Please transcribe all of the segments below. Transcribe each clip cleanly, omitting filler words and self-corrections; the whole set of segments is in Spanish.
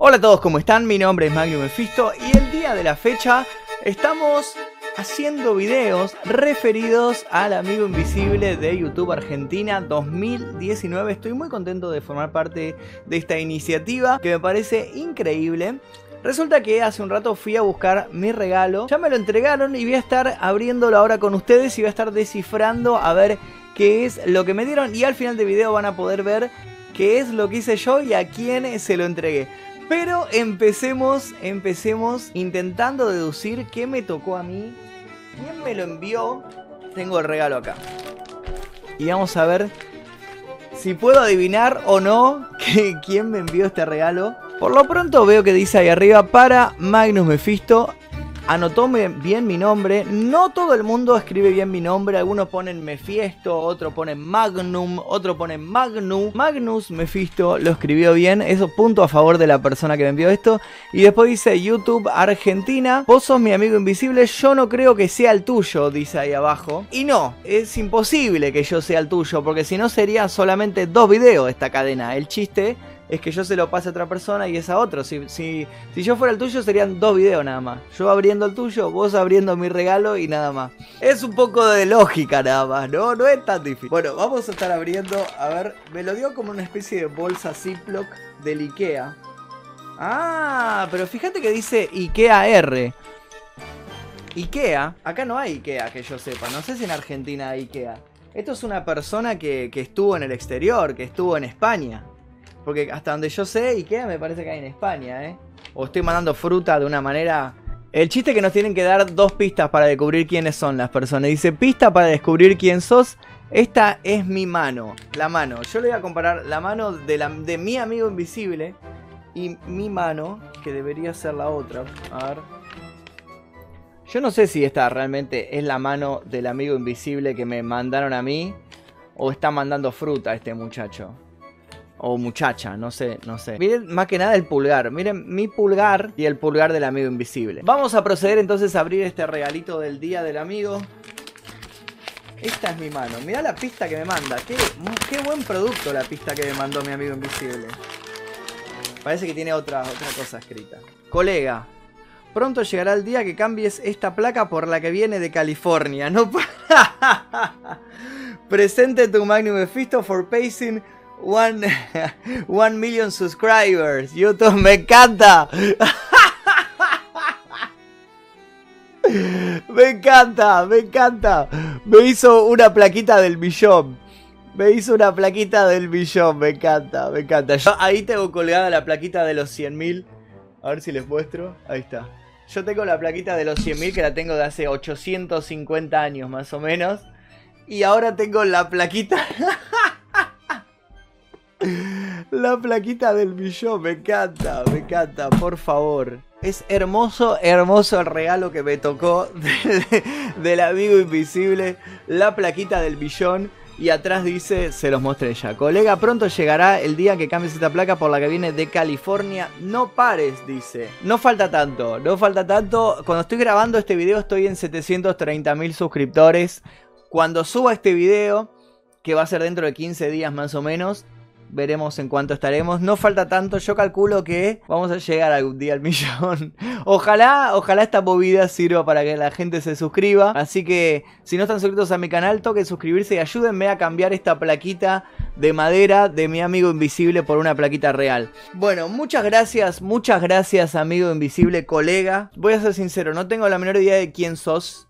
Hola a todos, ¿cómo están? Mi nombre es Magnum Mephisto y el día de la fecha estamos haciendo videos referidos al amigo invisible de YouTube Argentina 2019. Estoy muy contento de formar parte de esta iniciativa que me parece increíble. Resulta que hace un rato fui a buscar mi regalo, ya me lo entregaron y voy a estar abriéndolo ahora con ustedes y voy a estar descifrando a ver qué es lo que me dieron, y al final del video van a poder ver qué es lo que hice yo y a quién se lo entregué. Pero empecemos intentando deducir qué me tocó a mí, quién me lo envió. Tengo el regalo acá y vamos a ver si puedo adivinar o no quién me envió este regalo. Por lo pronto veo que dice ahí arriba: para Magnum Mephisto. Anotó bien mi nombre. No todo el mundo escribe bien mi nombre. Algunos ponen Mephisto, otros ponen Magnum, otros ponen Magnus. Magnus Mephisto lo escribió bien. Eso, punto a favor de la persona que me envió esto. Y después dice: YouTube Argentina, vos sos mi amigo invisible. Yo no creo que sea el tuyo, dice ahí abajo. Y no, es imposible que yo sea el tuyo, porque si no serían solamente 2 videos esta cadena. El chiste es que yo se lo pase a otra persona y es a otro. Si yo fuera el tuyo serían 2 videos nada más. Yo abriendo el tuyo, vos abriendo mi regalo y nada más. Es un poco de lógica nada más, ¿no? No es tan difícil. Bueno, vamos a estar abriendo. A ver, me lo dio como una especie de bolsa Ziploc del Ikea. Ah, pero fíjate que dice Ikea R. Ikea, acá no hay Ikea que yo sepa. No sé si en Argentina hay Ikea. Esto es una persona que estuvo en el exterior, que estuvo en España. Porque hasta donde yo sé, Ikea me parece que hay en España, ¿eh? O estoy mandando fruta de una manera. El chiste es que nos tienen que dar 2 pistas para descubrir quiénes son las personas. Dice: pista para descubrir quién sos. Esta es mi mano. La mano. Yo le voy a comparar la mano de mi amigo invisible y mi mano, que debería ser la otra. A ver. Yo no sé si esta realmente es la mano del amigo invisible que me mandaron a mí, o está mandando fruta a este muchacho. O muchacha, no sé. Miren más que nada el pulgar. Miren mi pulgar y el pulgar del amigo invisible. Vamos a proceder entonces a abrir este regalito del día del amigo. Esta es mi mano. Mirá la pista que me manda. Qué buen producto la pista que me mandó mi amigo invisible. Parece que tiene otra cosa escrita. Colega, pronto llegará el día que cambies esta placa por la que viene de California. No. Presente tu Magnum Mephisto for pacing 1 million subscribers. YouTube, me encanta. Me encanta. Me hizo una plaquita del millón. Me encanta. Yo ahí tengo colgada la plaquita de los 100.000. A ver si les muestro. Ahí está. Yo tengo la plaquita de los 100.000 que la tengo de hace 850 años más o menos. Y ahora tengo la plaquita. La plaquita del millón, me encanta, por favor. Es hermoso el regalo que me tocó del amigo invisible. La plaquita del millón. Y atrás dice, se los mostré ya: colega, pronto llegará el día que cambies esta placa por la que viene de California. No pares, dice. No falta tanto. Cuando estoy grabando este video estoy en 730.000 suscriptores. Cuando suba este video, que va a ser dentro de 15 días más o menos, veremos en cuánto estaremos. No falta tanto, yo calculo que vamos a llegar algún día al millón. Ojalá esta movida sirva para que la gente se suscriba. Así que si no están suscritos a mi canal, toquen suscribirse y ayúdenme a cambiar esta plaquita de madera de mi amigo invisible por una plaquita real. Bueno, muchas gracias amigo invisible, colega. Voy a ser sincero, no tengo la menor idea de quién sos.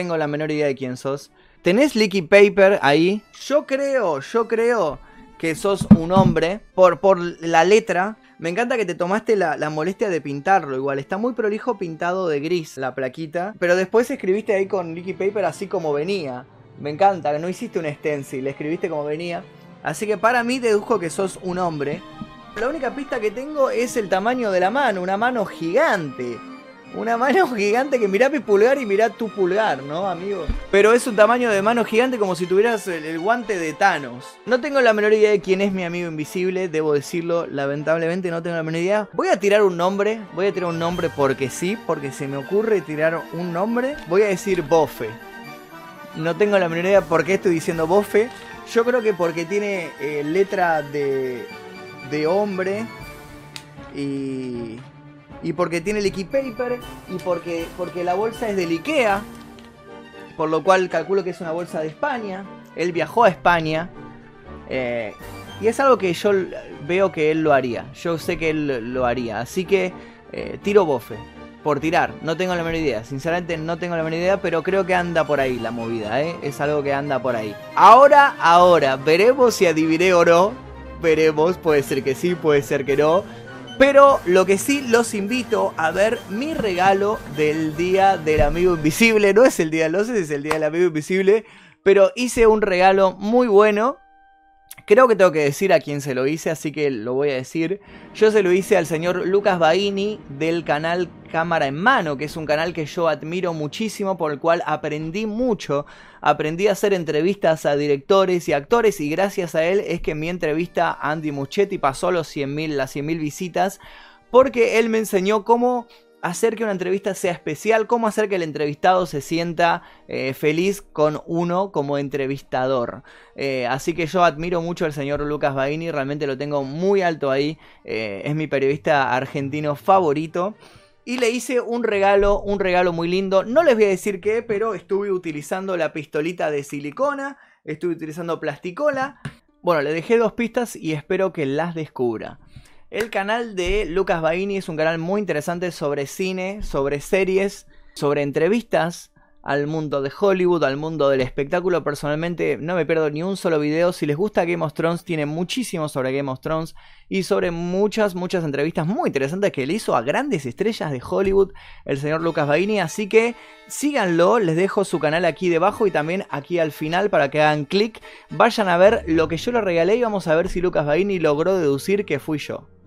¿Tenés liquid paper ahí? Yo creo que sos un hombre por la letra. Me encanta que te tomaste la molestia de pintarlo. Igual está muy prolijo pintado de gris la plaquita, pero después escribiste ahí con liquid paper así como venía. Me encanta que no hiciste un stencil, escribiste como venía. Así que para mí deduzco que sos un hombre. La única pista que tengo es el tamaño de la mano. Una mano gigante. Una mano gigante que mirá mi pulgar y mirá tu pulgar, ¿no, amigo? Pero es un tamaño de mano gigante como si tuvieras el guante de Thanos. No tengo la menor idea de quién es mi amigo invisible, debo decirlo, lamentablemente no tengo la menor idea. Voy a tirar un nombre porque sí, porque se me ocurre tirar un nombre. Voy a decir Bofe. No tengo la menor idea por qué estoy diciendo Bofe. Yo creo que porque tiene letra de hombre. y porque tiene el Liquid Paper y porque la bolsa es del Ikea, por lo cual calculo que es una bolsa de España. Él viajó a España y es algo que yo veo que él lo haría. Yo sé que él lo haría, así que tiro bofe. Por tirar, no tengo la menor idea. Sinceramente no tengo la menor idea, pero creo que anda por ahí la movida, ¿eh? Es algo que anda por ahí. Ahora, veremos si adiviné o no. Veremos, puede ser que sí, puede ser que no. Pero lo que sí, los invito a ver mi regalo del Día del Amigo Invisible. No es el Día de los es el Día del Amigo Invisible. Pero hice un regalo muy bueno. Creo que tengo que decir a quién se lo hice, así que lo voy a decir. Yo se lo hice al señor Lucas Baini del canal Cámara en Mano, que es un canal que yo admiro muchísimo, por el cual aprendí mucho. Aprendí a hacer entrevistas a directores y actores y gracias a él es que mi entrevista a Andy Muschietti pasó las 100.000 visitas, porque él me enseñó cómo hacer que una entrevista sea especial, cómo hacer que el entrevistado se sienta feliz con uno como entrevistador. Así que yo admiro mucho al señor Lucas Baini, realmente lo tengo muy alto ahí, es mi periodista argentino favorito. Y le hice un regalo muy lindo, no les voy a decir qué, pero estuve utilizando la pistolita de silicona, estuve utilizando plasticola. Bueno, le dejé 2 pistas y espero que las descubra. El canal de Lucas Baini es un canal muy interesante sobre cine, sobre series, sobre entrevistas al mundo de Hollywood, al mundo del espectáculo. Personalmente no me pierdo ni un solo video. Si les gusta Game of Thrones, tiene muchísimo sobre Game of Thrones y sobre muchas entrevistas muy interesantes que le hizo a grandes estrellas de Hollywood el señor Lucas Baini. Así que síganlo, les dejo su canal aquí debajo y también aquí al final para que hagan clic. Vayan a ver lo que yo le regalé y vamos a ver si Lucas Baini logró deducir que fui yo.